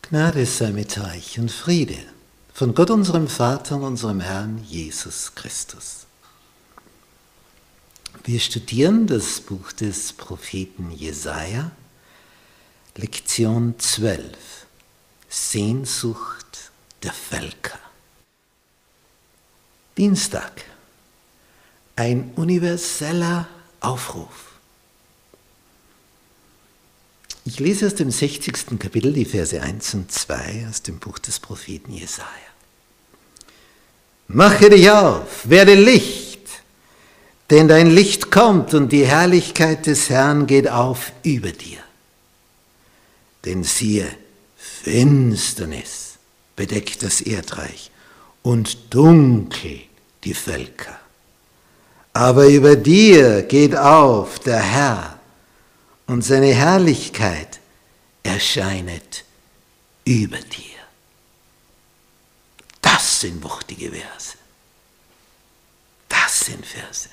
Gnade sei mit euch und Friede von Gott unserem Vater und unserem Herrn Jesus Christus. Wir studieren das Buch des Propheten Jesaja, Lektion 12, Sehnsucht der Völker. Dienstag, ein universeller Aufruf. Ich lese aus dem 60. Kapitel die Verse 1 und 2 aus dem Buch des Propheten Jesaja. Mache dich auf, werde Licht, denn dein Licht kommt und die Herrlichkeit des Herrn geht auf über dir. Denn siehe, Finsternis bedeckt das Erdreich und dunkel die Völker. Aber über dir geht auf der Herr, und seine Herrlichkeit erscheinet über dir. Das sind wuchtige Verse. Das sind Verse.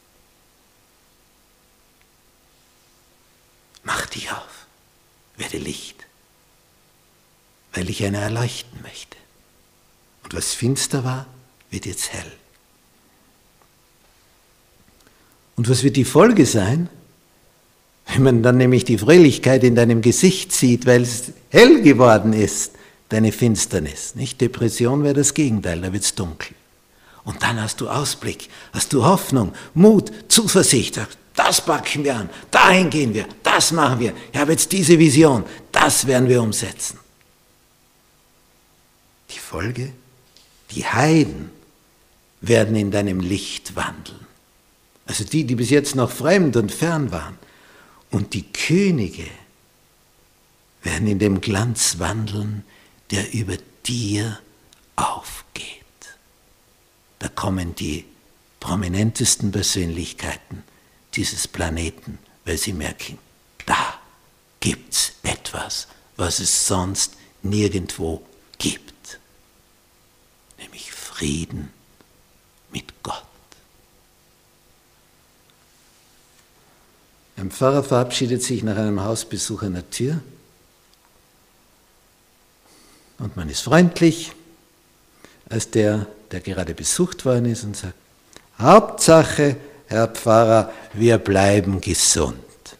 Mach dich auf, werde Licht, weil ich einer erleuchten möchte. Und was finster war, wird jetzt hell. Und was wird die Folge sein? Wenn man dann nämlich die Fröhlichkeit in deinem Gesicht sieht, weil es hell geworden ist, deine Finsternis. Nicht? Depression wäre das Gegenteil, da wird es dunkel. Und dann hast du Ausblick, hast du Hoffnung, Mut, Zuversicht. Das packen wir an, dahin gehen wir, das machen wir. Ich habe jetzt diese Vision, das werden wir umsetzen. Die Folge? Die Heiden werden in deinem Licht wandeln. Also die bis jetzt noch fremd und fern waren. Und die Könige werden in dem Glanz wandeln, der über dir aufgeht. Da kommen die prominentesten Persönlichkeiten dieses Planeten, weil sie merken, da gibt's etwas, was es sonst nirgendwo gibt. Nämlich Frieden mit Gott. Ein Pfarrer verabschiedet sich nach einem Hausbesuch an der Tür und man ist freundlich, als der gerade besucht worden ist und sagt, Hauptsache, Herr Pfarrer, wir bleiben gesund.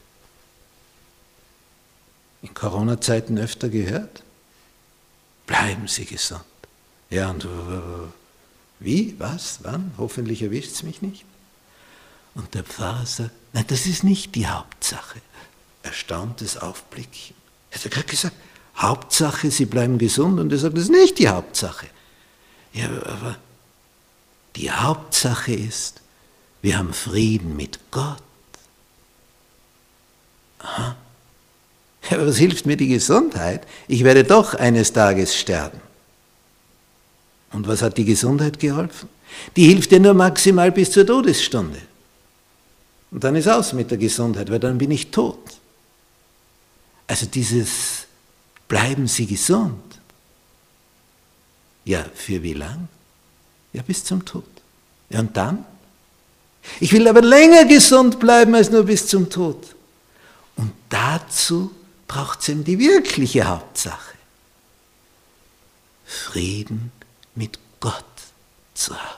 In Corona-Zeiten öfter gehört, bleiben Sie gesund. Ja, und wie, was, wann, hoffentlich erwischt es mich nicht. Und der Pfarrer sagt, nein, das ist nicht die Hauptsache. Erstauntes Aufblicken. Er hat gerade gesagt, Hauptsache, Sie bleiben gesund. Und er sagt, das ist nicht die Hauptsache. Ja, aber die Hauptsache ist, wir haben Frieden mit Gott. Aha. Ja, aber was hilft mir die Gesundheit? Ich werde doch eines Tages sterben. Und was hat die Gesundheit geholfen? Die hilft dir nur maximal bis zur Todesstunde. Und dann ist aus mit der Gesundheit, weil dann bin ich tot. Also dieses, bleiben Sie gesund. Ja, für wie lang? Ja, bis zum Tod. Ja, und dann? Ich will aber länger gesund bleiben als nur bis zum Tod. Und dazu braucht es eben die wirkliche Hauptsache. Frieden mit Gott zu haben.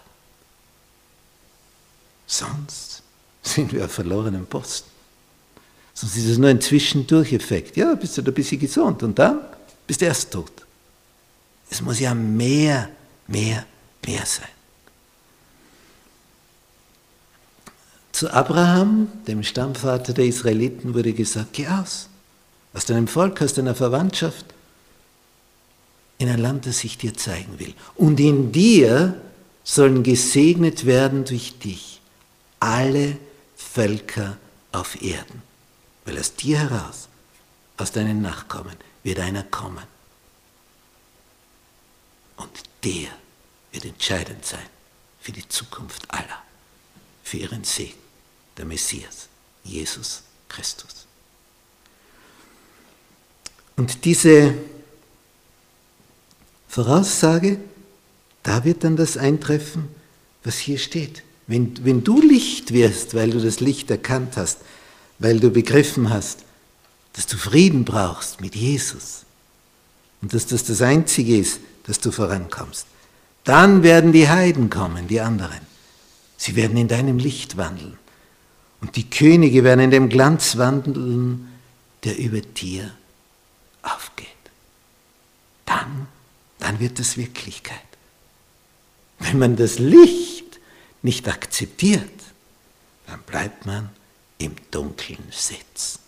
Sonst sind wir auf verlorenen Posten. Sonst ist es nur ein Zwischendurch-Effekt. Ja, bist du da ein bisschen gesund und dann bist du erst tot. Es muss ja mehr sein. Zu Abraham, dem Stammvater der Israeliten, wurde gesagt, geh aus deinem Volk, aus deiner Verwandtschaft, in ein Land, das ich dir zeigen will. Und in dir sollen gesegnet werden durch dich alle Völker auf Erden, weil aus dir heraus, aus deinen Nachkommen, wird einer kommen. Und der wird entscheidend sein für die Zukunft aller, für ihren Segen, der Messias, Jesus Christus. Und diese Voraussage, da wird dann das eintreffen, was hier steht. Wenn du Licht wirst, weil du das Licht erkannt hast, weil du begriffen hast, dass du Frieden brauchst mit Jesus, und dass das das Einzige ist, dass du vorankommst. Dann werden die Heiden kommen, die anderen. Sie werden in deinem Licht wandeln. Und die Könige werden in dem Glanz wandeln, der über dir aufgeht. Dann wird es Wirklichkeit. Wenn man das Licht nicht akzeptiert, dann bleibt man im Dunkeln sitzen.